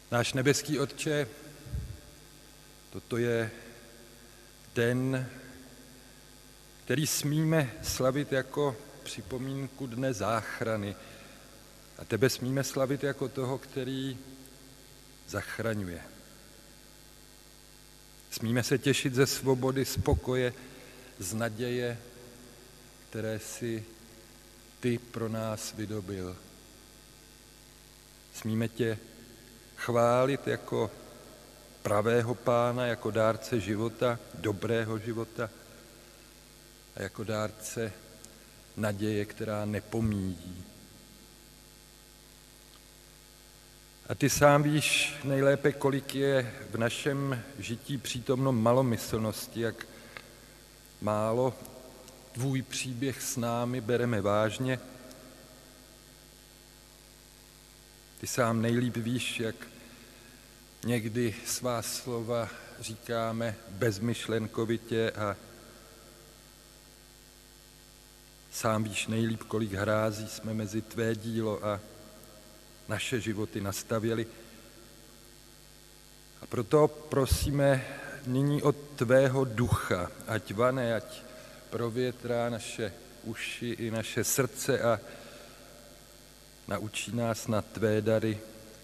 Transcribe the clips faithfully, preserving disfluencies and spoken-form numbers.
Náš nebeský Otče, toto je den, který smíme slavit jako připomínku dne záchrany. A tebe smíme slavit jako toho, který zachraňuje. Smíme se těšit ze svobody, z pokoje, z naděje, které si ty pro nás vydobil. Smíme tě chválit jako pravého Pána, jako dárce života, dobrého života a jako dárce naděje, která nepomíjí. A ty sám víš nejlépe, kolik je v našem žití přítomno malomyslnosti, jak málo tvůj příběh s námi bereme vážně. Ty sám nejlíp víš, jak někdy svá slova říkáme bezmyšlenkovitě a sám víš nejlíp, kolik hrází jsme mezi tvé dílo a naše životy nastavěli. A proto prosíme nyní od tvého ducha, ať vane, ať provětrá naše uši i naše srdce a naučí nás na tvé dary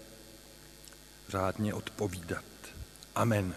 řádně odpovídat. Amen.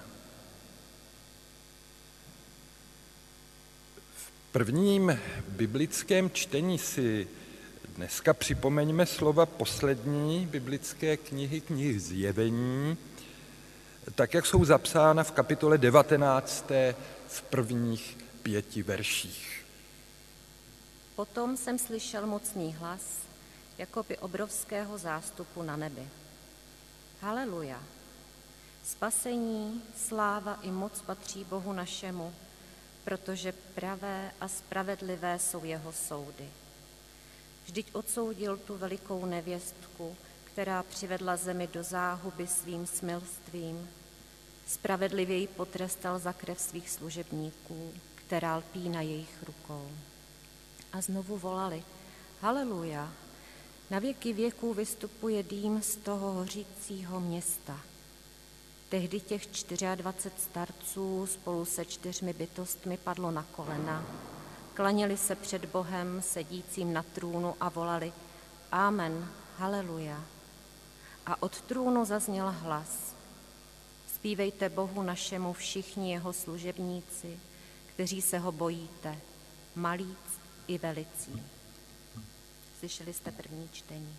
V prvním biblickém čtení si dneska připomeňme slova poslední biblické knihy, knihy Zjevení, tak, jak jsou zapsána v kapitole devatenácté v prvních pěti verších. Potom jsem slyšel mocný hlas, jako by obrovského zástupu na nebi. Haleluja! Spasení, sláva i moc patří Bohu našemu, protože pravé a spravedlivé jsou jeho soudy. Vždyť odsoudil tu velikou nevěstku, která přivedla zemi do záhuby svým smilstvím. Spravedlivěji potrestal za krev svých služebníků, která lpí na jejich rukou. A znovu volali, haleluja, na věky věků vystupuje dým z toho hořícího města. Tehdy těch dvacet čtyři starců spolu se čtyřmi bytostmi padlo na kolena, klaněli se před Bohem sedícím na trůnu a volali Amen, haleluja. A od trůnu zazněl hlas. Zpívejte Bohu našemu všichni jeho služebníci, kteří se ho bojíte, malíc i velicí. Slyšeli jste první čtení.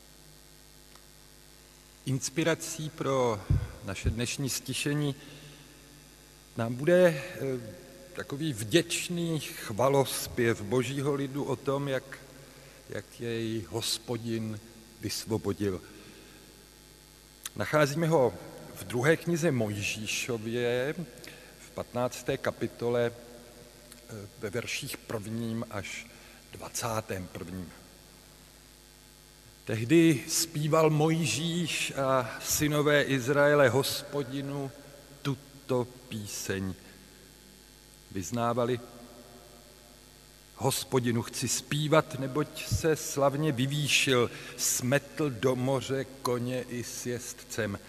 Inspirací pro naše dnešní stišení nám bude takový vděčný chvalospěv Božího lidu o tom, jak, jak jej Hospodin vysvobodil. Nacházíme ho v druhé knize Mojžíšově, v patnácté kapitole, ve verších prvním až dvacátém prvním. Tehdy zpíval Mojžíš a synové Izraele Hospodinu tuto píseň. Vyznávali, Hospodinu chci zpívat, neboť se slavně vyvýšil, smetl do moře koně i s jezdcem.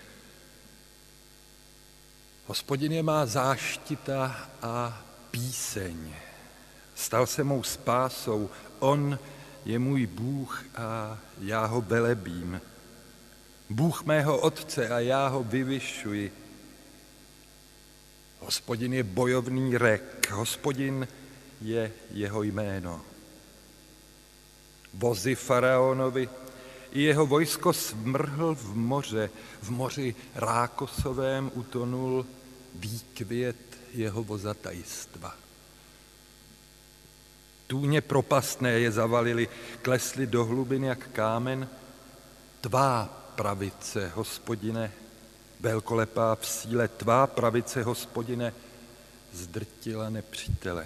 Hospodin je má záštita a píseň. Stal se mou spásou, on je můj Bůh a já ho velebím. Bůh mého otce a já ho vyvyšuji. Hospodin je bojovný rek, Hospodin je jeho jméno. Vozy faraonovi i jeho vojsko smrhl v moře, v moři rákosovém utonul výkvět jeho vozatajstva. Tůně propastné je zavalili, klesli do hlubin jak kámen. Tvá pravice, Hospodine, velkolepá v síle, tvá pravice, Hospodine, zdrtila nepřítele.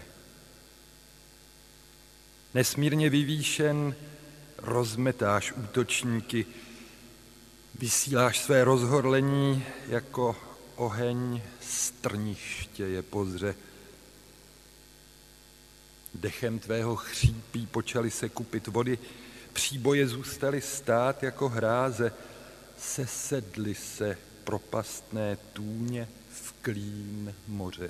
Nesmírně vyvýšen rozmetáš útočníky, vysíláš své rozhorlení jako oheň strniště je pozře. Dechem tvého chřípí počaly se kupit vody, příboje zůstaly stát jako hráze, sesedly se propastné tůně v klín moře.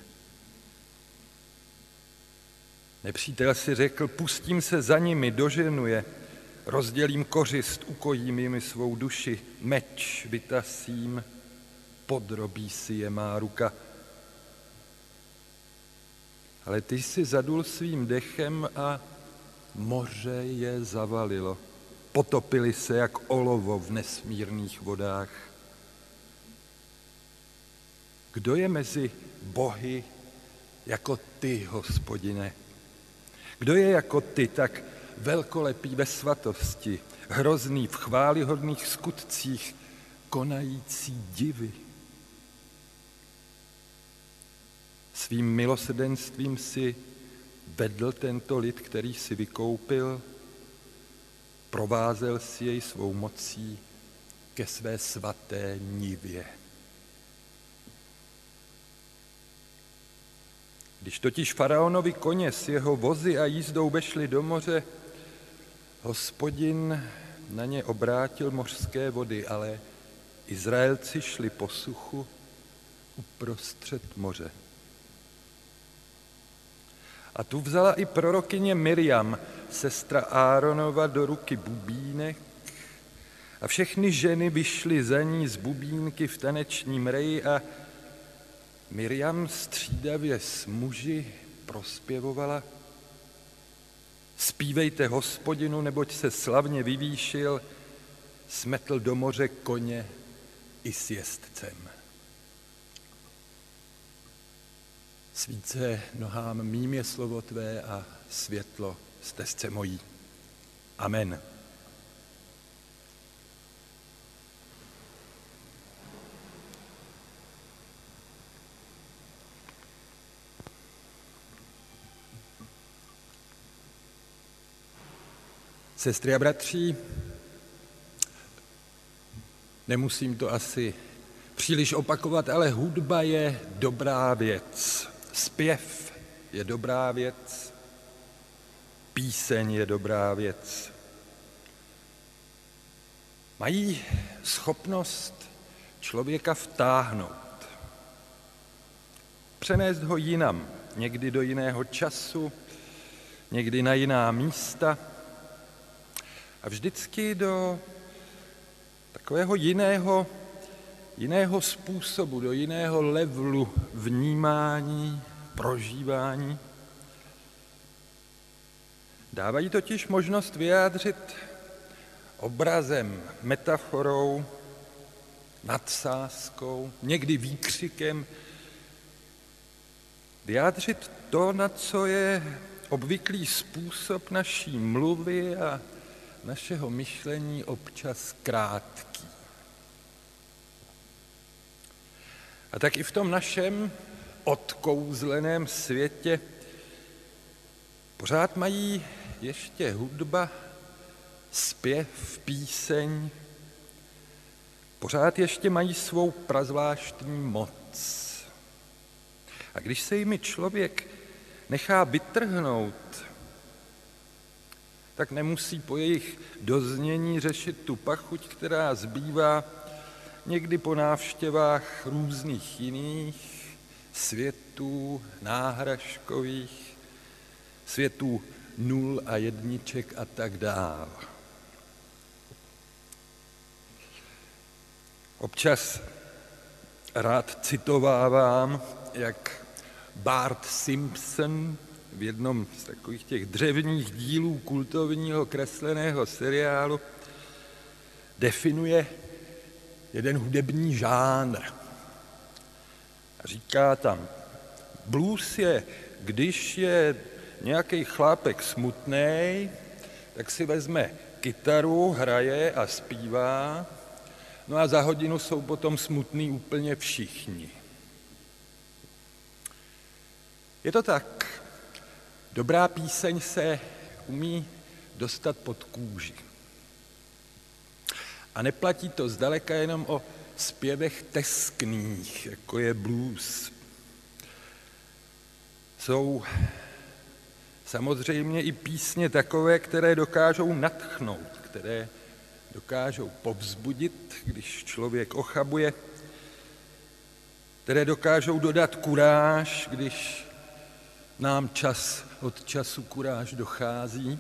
Nepřítel si řekl, pustím se za nimi, doženu je, rozdělím kořist, ukojím jimi svou duši, meč vytasím, podrobí si je má ruka. Ale ty jsi zadul svým dechem a moře je zavalilo. Potopili se jak olovo v nesmírných vodách. Kdo je mezi bohy jako ty, Hospodine? Kdo je jako ty, tak velkolepý ve svatosti, hrozný v chválihodných skutcích, konající divy? Svým milosrdenstvím si vedl tento lid, který si vykoupil, provázel si jej svou mocí ke své svaté nivě. Když totiž faraonovi koně s jeho vozy a jízdou vešli do moře, Hospodin na ně obrátil mořské vody, ale Izraelci šli po suchu uprostřed moře. A tu vzala i prorokyně Miriam, sestra Áronova, do ruky bubínek a všechny ženy vyšly za ní z bubínky v tanečním reji a Miriam střídavě s muži prospěvovala: Zpívejte Hospodinu, neboť se slavně vyvýšil, smetl do moře koně i s jezdcem. Svíce nohám mým je slovo tvé a světlo stezce mojí. Amen. Sestry a bratři, nemusím to asi příliš opakovat, ale hudba je dobrá věc. Zpěv je dobrá věc. Píseň je dobrá věc. Mají schopnost člověka vtáhnout. Přenést ho jinam, někdy do jiného času, někdy na jiná místa a vždycky do takového jiného, jiného způsobu, do jiného levelu vnímání, prožívání. Dávají totiž možnost vyjádřit obrazem, metaforou, nadsázkou, někdy výkřikem, vyjádřit to, na co je obvyklý způsob naší mluvy a našeho myšlení občas krátký. A tak i v tom našem odkouzleném světě pořád mají ještě hudba, zpěv, píseň, pořád ještě mají svou prazvláštní moc. A když se jimi člověk nechá vytrhnout, tak nemusí po jejich doznění řešit tu pachuť, která zbývá někdy po návštěvách různých jiných světů náhražkových, světů nul a jedniček a tak dál. Občas rád citovávám, jak Bart Simpson v jednom z takových těch dřevních dílů kultovního kresleného seriálu definuje jeden hudební žánr. A říká tam, blues je, když je nějaký chlápek smutnej, tak si vezme kytaru, hraje a zpívá, no a za hodinu jsou potom smutní úplně všichni. Je to tak. Dobrá píseň se umí dostat pod kůži. A neplatí to zdaleka jenom o zpěvech teskných, jako je blues. Jsou samozřejmě i písně takové, které dokážou nadchnout, které dokážou povzbudit, když člověk ochabuje, které dokážou dodat kuráž, když nám čas od času kuráž dochází.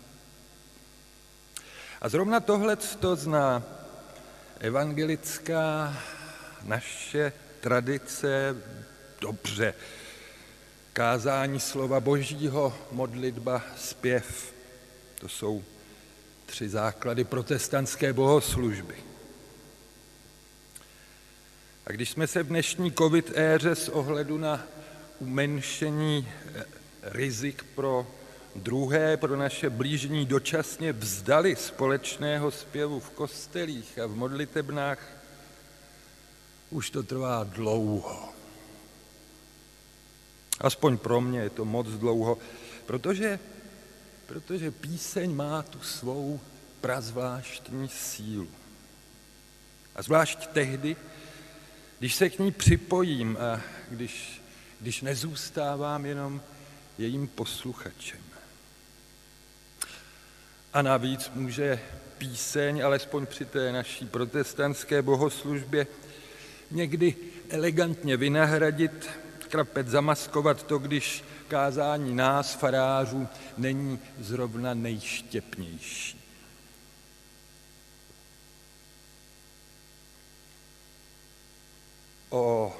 A zrovna tohleto zná evangelická naše tradice dobře. Kázání slova Božího, modlitba, zpěv. To jsou tři základy protestantské bohoslužby. A když jsme se v dnešní covid éře z ohledu na umenšení rizik pro druhé, pro naše blížní dočasně vzdali společného zpěvu v kostelích a v modlitebnách, už to trvá dlouho. Aspoň pro mě je to moc dlouho, protože, protože píseň má tu svou prazvláštní sílu. A zvlášť tehdy, když se k ní připojím a když, když nezůstávám jenom jejím posluchačem. A navíc může píseň, alespoň při té naší protestantské bohoslužbě, někdy elegantně vynahradit, krapet zamaskovat to, když kázání nás, farářů, není zrovna nejštěpnější. O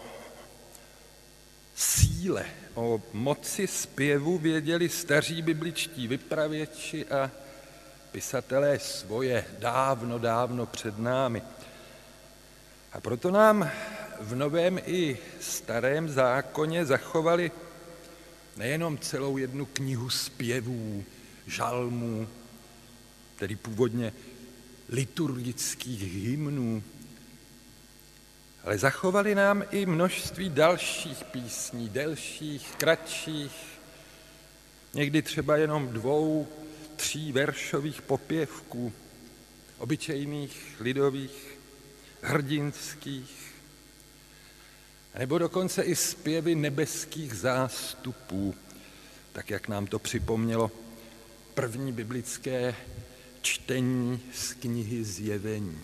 síle, o moci zpěvu věděli staří bibličtí vypravěči a pisatelé svoje dávno, dávno před námi. A proto nám v Novém i Starém zákoně zachovali nejenom celou jednu knihu zpěvů, žalmů, tedy původně liturgických hymnů, ale zachovali nám i množství dalších písní, delších, kratších, někdy třeba jenom dvou, tří veršových popěvků, obyčejných, lidových, hrdinských, nebo dokonce i zpěvy nebeských zástupů, tak jak nám to připomnělo první biblické čtení z knihy Zjevení.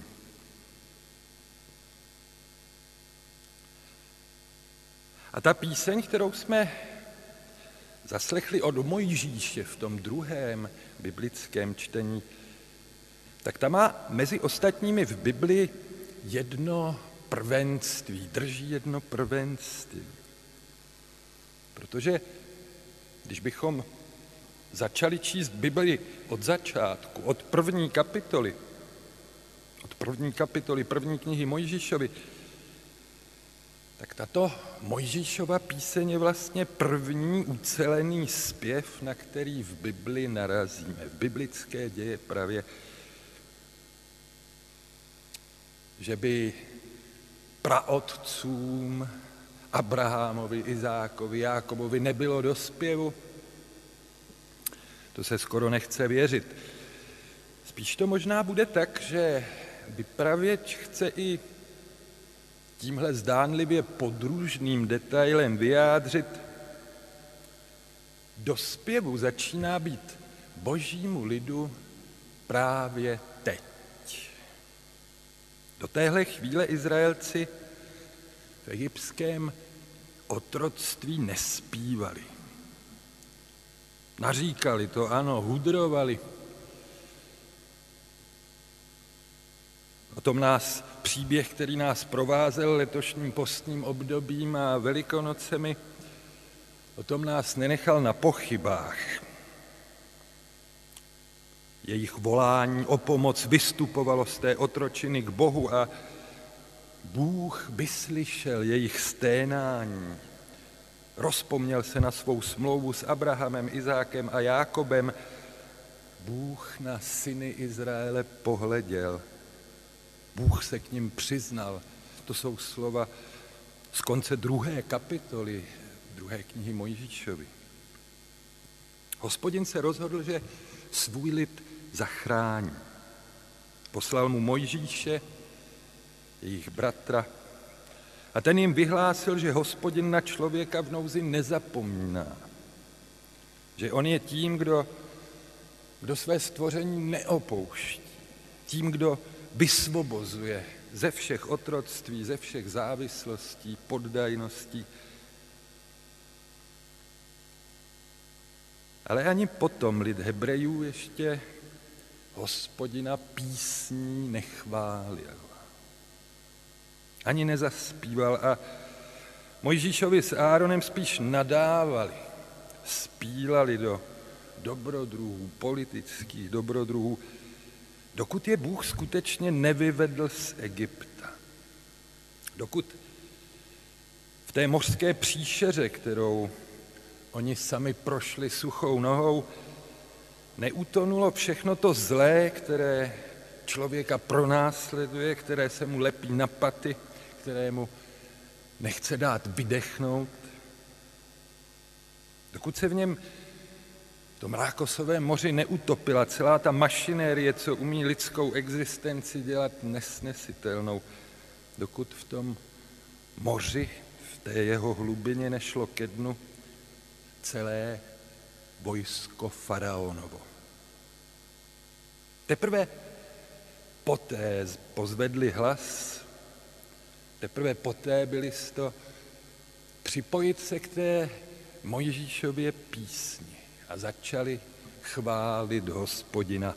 A ta píseň, kterou jsme zaslechli od Mojžíše v tom druhém biblickém čtení, tak ta má mezi ostatními v Biblii jedno prvenství, drží jedno prvenství. Protože když bychom začali číst Bibli od začátku, od první kapitoly, od první kapitoly první knihy Mojžíšovi, tak tato Mojžíšova píseň je vlastně první ucelený zpěv, na který v Bibli narazíme, v biblické děje pravě, že by praotcům Abrahamovi, Izákovi, Jákobovi nebylo do zpěvu. To se skoro nechce věřit. Spíš to možná bude tak, že vypravěč chce i tímhle zdánlivě podružným detailem vyjádřit, do zpěvu začíná být božímu lidu právě teď. Do téhle chvíle Izraelci v egyptském otroctví nespívali. Naříkali to, ano, hudrovali. O tom nás příběh, který nás provázel letošním postním obdobím a Velikonocemi, o tom nás nenechal na pochybách. Jejich volání o pomoc vystupovalo z té otročiny k Bohu a Bůh vyslyšel jejich sténání. Rozpomněl se na svou smlouvu s Abrahamem, Izákem a Jákobem. Bůh na syny Izraele pohleděl. Bůh se k nim přiznal. To jsou slova z konce druhé kapitoly, druhé knihy Mojžíšovi. Hospodin se rozhodl, že svůj lid zachrání. Poslal mu Mojžíše, jejich bratra, a ten jim vyhlásil, že Hospodin na člověka v nouzi nezapomíná. Že on je tím, kdo, kdo své stvoření neopouští. Tím, kdo vysvobozuje ze všech otroctví, ze všech závislostí, poddajností. Ale ani potom lid Hebrejů ještě Hospodina písní nechválil. Ani nezaspíval a Mojžíšovi s Áronem spíš nadávali, spílali do dobrodruhů, politických dobrodruhů, dokud je Bůh skutečně nevyvedl z Egypta. Dokud v té mořské příšeře, kterou oni sami prošli suchou nohou, neutonulo všechno to zlé, které člověka pronásleduje, které se mu lepí na paty, kterému nechce dát vydechnout. Dokud se v něm v tom rákosovém moři neutopila celá ta mašinérie, co umí lidskou existenci dělat nesnesitelnou, dokud v tom moři, v té jeho hlubině nešlo ke dnu celé vojsko faraonovo. Teprve poté pozvedli hlas, teprve poté byli z to připojit se k té Mojžíšově písni a začali chválit Hospodina.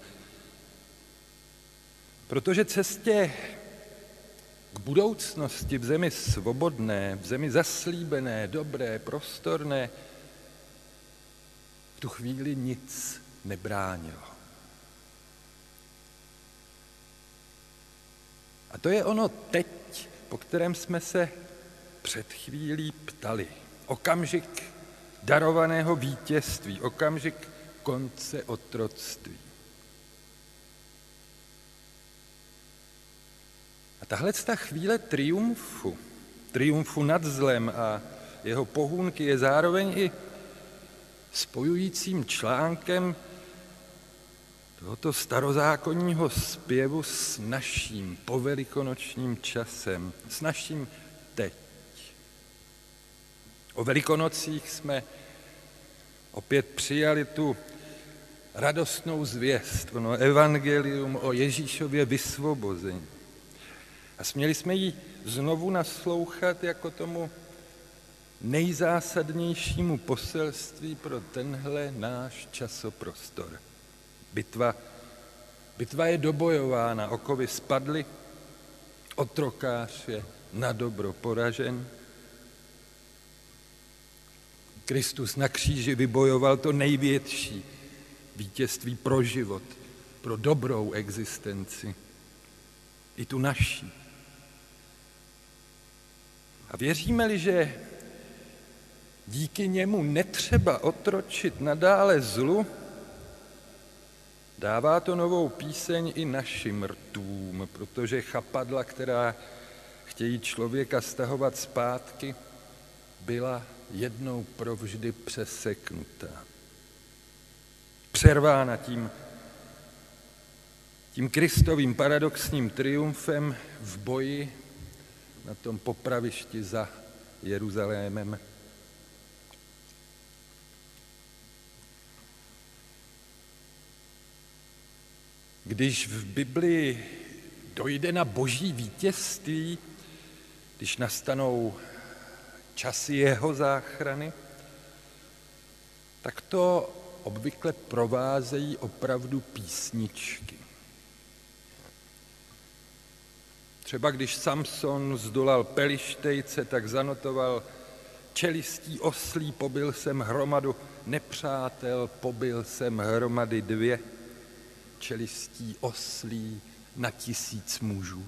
Protože cestě k budoucnosti v zemi svobodné, v zemi zaslíbené, dobré, prostorné, v tu chvíli nic nebránilo. A to je ono teď, po kterém jsme se před chvílí ptali. Okamžik darovaného vítězství, okamžik konce otroctví. A tahle ta chvíle triumfu, triumfu nad zlem a jeho pohůnky je zároveň i spojujícím článkem tohoto starozákonního zpěvu s naším povelikonočním časem, s naším teď. O Velikonocích jsme opět přijali tu radostnou zvěst, ono evangelium o Ježíšově vysvobození. A směli jsme jí znovu naslouchat jako tomu nejzásadnějšímu poselství pro tenhle náš časoprostor. Bitva, bitva je dobojována, okovy spadly, otrokář je na dobro poražen. Kristus na kříži vybojoval to největší vítězství pro život, pro dobrou existenci, i tu naší. A věříme-li, že díky němu netřeba otročit nadále zlu, dává to novou píseň i našim rtům, protože chapadla, která chtějí člověka stahovat zpátky, byla jednou provždy přeseknutá. Přervána tím, tím Kristovým paradoxním triumfem v boji na tom popravišti za Jeruzalémem. Když v Biblii dojde na boží vítězství, když nastanou časy jeho záchrany, tak to obvykle provázejí opravdu písničky. Třeba když Samson zdolal Pelištejce, tak zanotoval: čelistí oslí pobil jsem hromadu nepřátel, pobil jsem hromady dvě, čelistí oslí na tisíc mužů.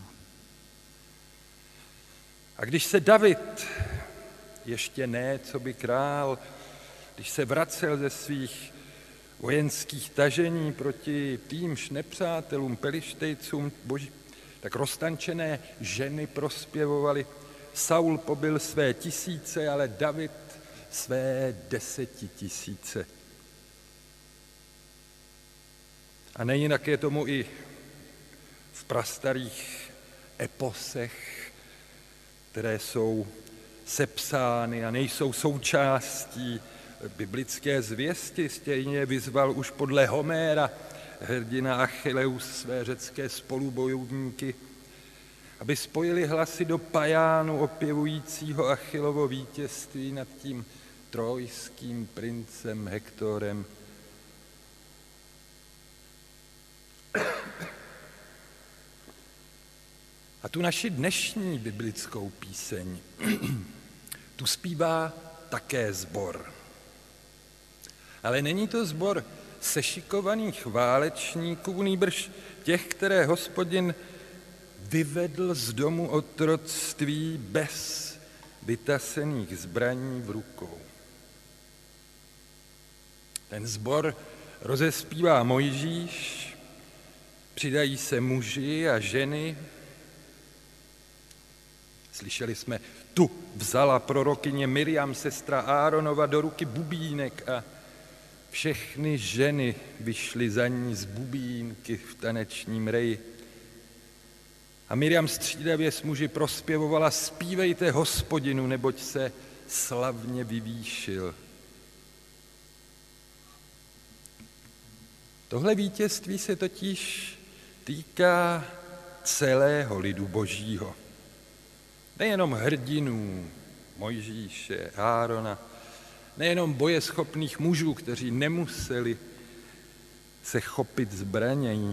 A když se David, ještě ne, co by král, když se vracel ze svých vojenských tažení proti týmž nepřátelům, Pelištejcům, boží, tak roztančené ženy prospěvovaly: Saul pobil své tisíce, ale David své desetitisíce. A nejinak je tomu i v prastarých eposech, které jsou sepsány a nejsou součástí biblické zvěsti. Stejně vyzval už podle Homéra hrdina Achilleus své řecké spolubojovníky, aby spojili hlasy do pajánu opěvujícího Achillovo vítězství nad tím trojským princem Hektorem. A tu naši dnešní biblickou píseň, tu zpívá také sbor. Ale není to sbor sešikovaných válečníků, nýbrž těch, které Hospodin vyvedl z domu otroctví bez vytasených zbraní v rukou. Ten sbor rozespívá Mojžíš, přidají se muži a ženy. Slyšeli jsme, tu vzala prorokyně Miriam, sestra Áronova, do ruky bubínek a všechny ženy vyšly za ní z bubínky v tanečním reji. A Miriam střídavě s muži prospěvovala: zpívejte Hospodinu, neboť se slavně vyvýšil. Tohle vítězství se totiž týká celého lidu božího. Nejenom hrdinů Mojžíše, Árona, nejenom bojeschopných mužů, kteří nemuseli se chopit zbraní.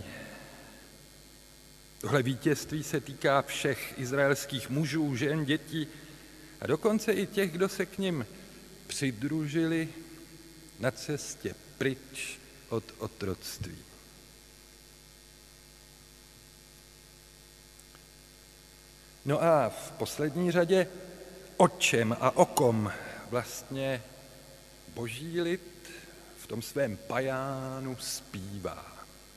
Tohle vítězství se týká všech izraelských mužů, žen, dětí a dokonce i těch, kdo se k nim přidružili na cestě pryč od otroctví. No a v poslední řadě, o čem a o kom vlastně boží lid v tom svém pajánu zpívá.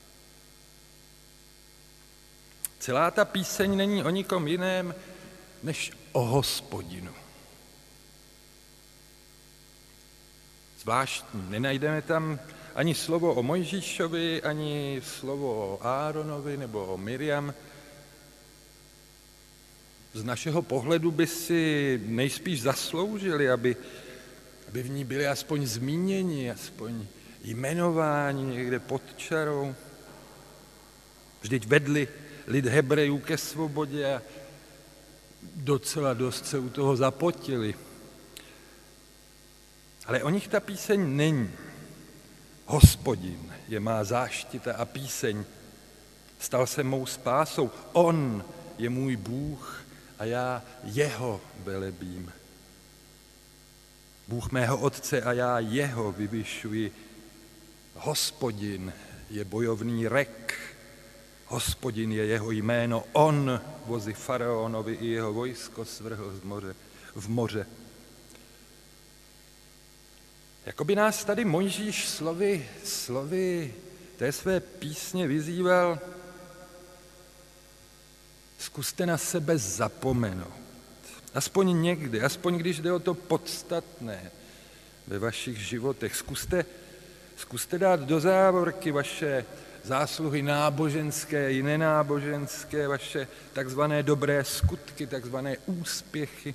Celá ta píseň není o nikom jiném, než o Hospodinu. Zvláštní, nenajdeme tam ani slovo o Mojžíšovi, ani slovo o Áronovi nebo o Miriam. Z našeho pohledu by si nejspíš zasloužili, aby, aby v ní byli aspoň zmíněni, aspoň jmenováni někde pod čarou. Vždyť vedli lid Hebrejů ke svobodě a docela dost se u toho zapotili. Ale o nich ta píseň není. Hospodin je má záštita a píseň. Stal se mou spásou. On je můj Bůh a já jeho velebím. Bůh mého otce a já jeho vyvyšuji. Hospodin je bojovný rek. Hospodin je jeho jméno. On vozy faraonovi i jeho vojsko svrhl z moře, v moře. Jakoby nás tady Mojžíš slovy, slovy té své písně vyzýval: zkuste na sebe zapomenout. Aspoň někdy, aspoň když jde o to podstatné ve vašich životech. Zkuste, zkuste dát do závorky vaše zásluhy náboženské i nenáboženské, vaše takzvané dobré skutky, takzvané úspěchy.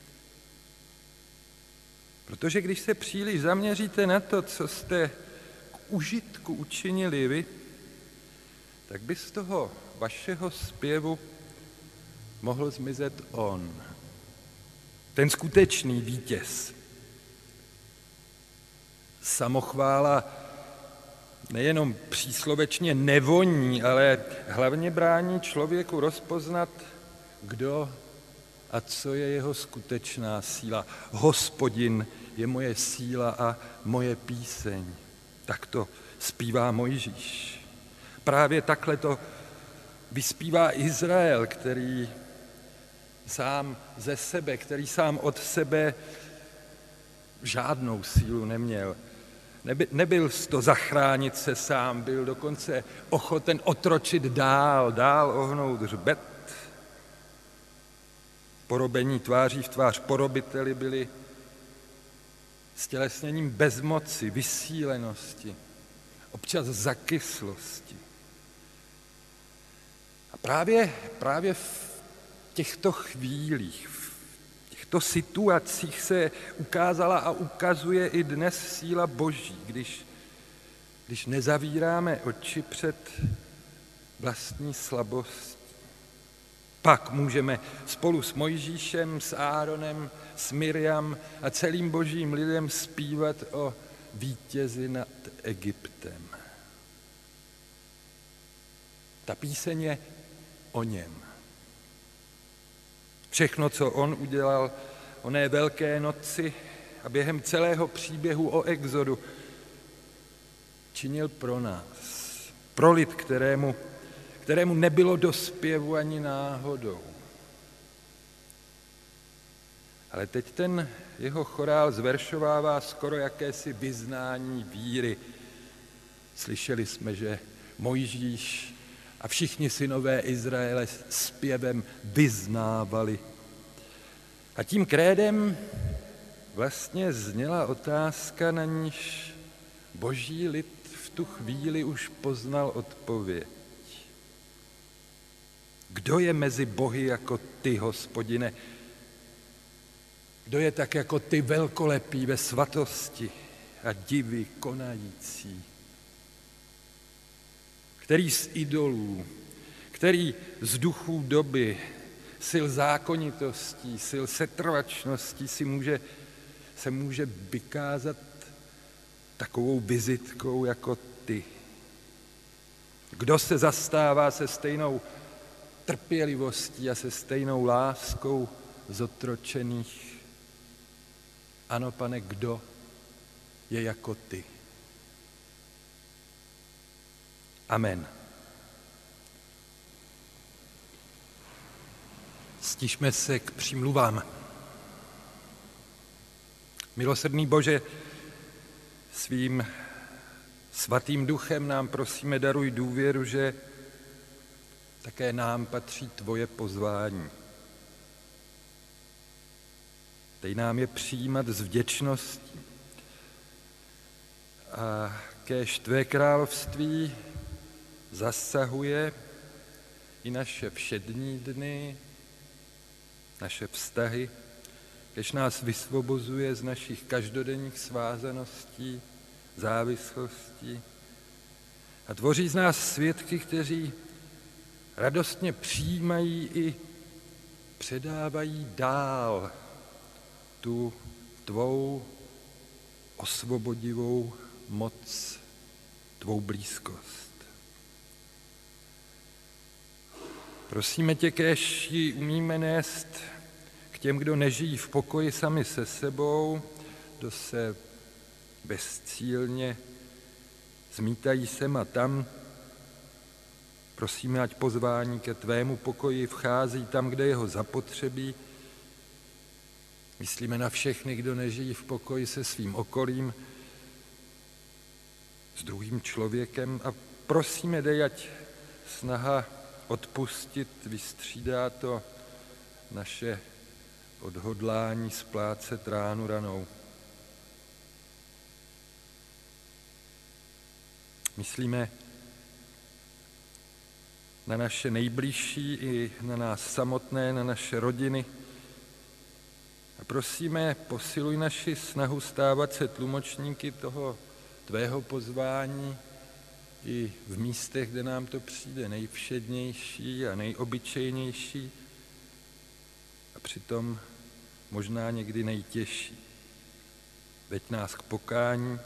Protože když se příliš zaměříte na to, co jste k užitku učinili vy, tak by z toho vašeho zpěvu mohl zmizet on, ten skutečný vítěz. Samochvála nejenom příslovečně nevoní, ale hlavně brání člověku rozpoznat, kdo a co je jeho skutečná síla. Hospodin je moje síla a moje píseň. Tak to zpívá Mojžíš. Právě takhle to vyspívá Izrael, který sám ze sebe, který sám od sebe žádnou sílu neměl. Neby, nebyl to zachránit se sám, byl dokonce ochoten otročit dál, dál ohnout hřbet. Porobení tváří v tvář porobiteli byli stělesněním bezmoci, vysílenosti, občas zakyslosti. A právě, právě v těchto chvílích, v těchto situacích se ukázala a ukazuje i dnes síla Boží, když, když nezavíráme oči před vlastní slabostí. Pak můžeme spolu s Mojžíšem, s Áronem, s Miriam a celým božím lidem zpívat o vítězi nad Egyptem. Ta píseň je o něm. Všechno, co on udělal oné velké noci a během celého příběhu o exodu, činil pro nás, pro lid, kterému, kterému nebylo do zpěvu ani náhodou. Ale teď ten jeho chorál zveršovává skoro jakési vyznání víry. Slyšeli jsme, že Mojžíš a všichni synové Izraele zpěvem vyznávali. A tím krédem vlastně zněla otázka, na níž boží lid v tu chvíli už poznal odpověď. Kdo je mezi bohy jako ty, Hospodine? Kdo je tak jako ty velkolepý ve svatosti a divy konající? Který z idolů, který z duchů doby, sil zákonitostí, sil setrvačností si může, se může vykázat takovou vizitkou jako ty? Kdo se zastává se stejnou trpělivostí a se stejnou láskou zotročených? Ano, Pane, kdo je jako ty? Amen. Stišme se k přímluvám. Milosrdný Bože, svým svatým duchem nám prosíme daruj důvěru, že také nám patří tvoje pozvání. Dej nám je přijímat s vděčností. A kéž tvé království zasahuje i naše všední dny, naše vztahy, kéž nás vysvobozuje z našich každodenních svázaností, závislostí a tvoří z nás svědky, kteří radostně přijímají i předávají dál tu tvou osvobodivou moc, tvou blízkost. Prosíme tě, kéž ji umíme nést k těm, kdo nežijí v pokoji sami se sebou, kdo se bezcílně zmítají sem a tam. Prosíme, ať pozvání ke tvému pokoji vchází tam, kde jeho zapotřebí. Myslíme na všechny, kdo nežijí v pokoji se svým okolím, s druhým člověkem a prosíme, dej, ať snaha odpustit vystřídá to naše odhodlání splácet ránu ranou. Myslíme na naše nejbližší i na nás samotné, na naše rodiny. A prosíme, posiluj naši snahu stávat se tlumočníky toho tvého pozvání i v místech, kde nám to přijde nejvšednější a nejobyčejnější a přitom možná někdy nejtěžší. Veď nás k pokání,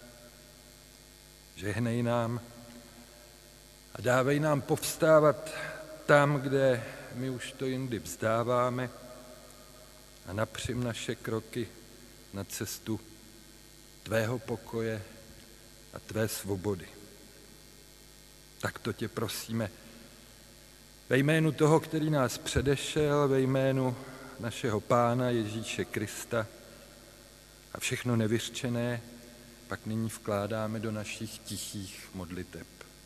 žehnej nám a dávej nám povstávat tam, kde my už to jindy vzdáváme a napřim naše kroky na cestu tvého pokoje a tvé svobody. Tak to tě prosíme ve jménu toho, který nás předešel, ve jménu našeho Pána Ježíše Krista a všechno nevyřčené pak nyní vkládáme do našich tichých modliteb.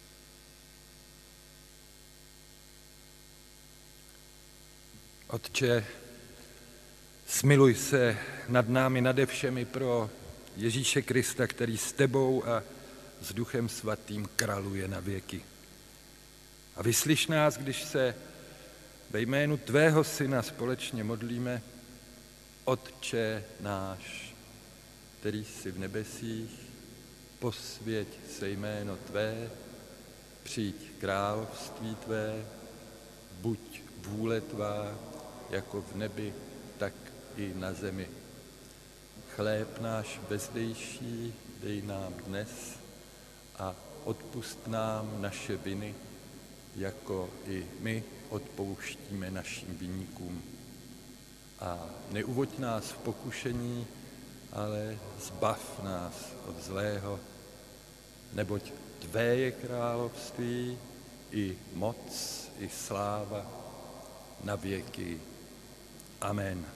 Otče, smiluj se nad námi, nade všemi pro Ježíše Krista, který s tebou a s Duchem Svatým králuje na věky. A vyslyš nás, když se ve jménu tvého Syna společně modlíme: Otče náš, který jsi v nebesích, posvěť se jméno tvé, přijď království tvé, buď vůle tvá, jako v nebi, tak i na zemi. Chléb náš bezdejší dej nám dnes a odpusť nám naše viny, jako i my odpouštíme našim viníkům. A neuvoď nás v pokušení, ale zbav nás od zlého, neboť tvé je království, i moc, i sláva na věky. Amen.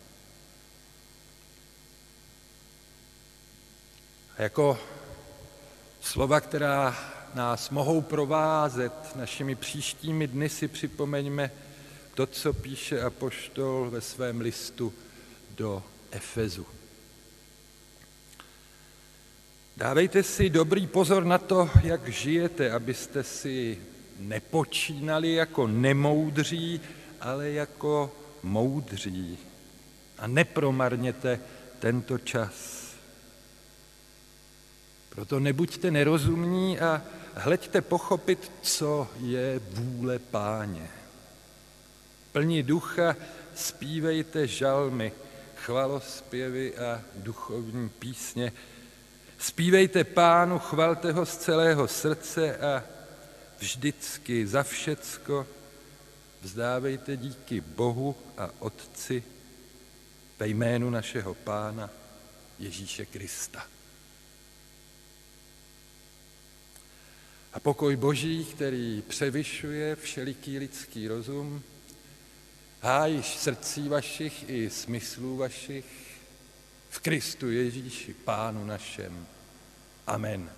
A jako slova, která nás mohou provázet našimi příštími dny, si připomeňme to, co píše apoštol ve svém listu do Efezu. Dávejte si dobrý pozor na to, jak žijete, abyste si nepočínali jako nemoudří, ale jako moudří. A nepromarněte tento čas. Proto nebuďte nerozumní a hleďte pochopit, co je vůle Páně. Plní ducha zpívejte žalmy, chvalospěvy a duchovní písně. Zpívejte Pánu, chvalte ho z celého srdce a vždycky za všecko vzdávejte díky Bohu a Otci ve jménu našeho Pána Ježíše Krista. A pokoj Boží, který převyšuje všeliký lidský rozum, hájíš srdcí vašich i smyslů vašich v Kristu Ježíši, Pánu našem. Amen.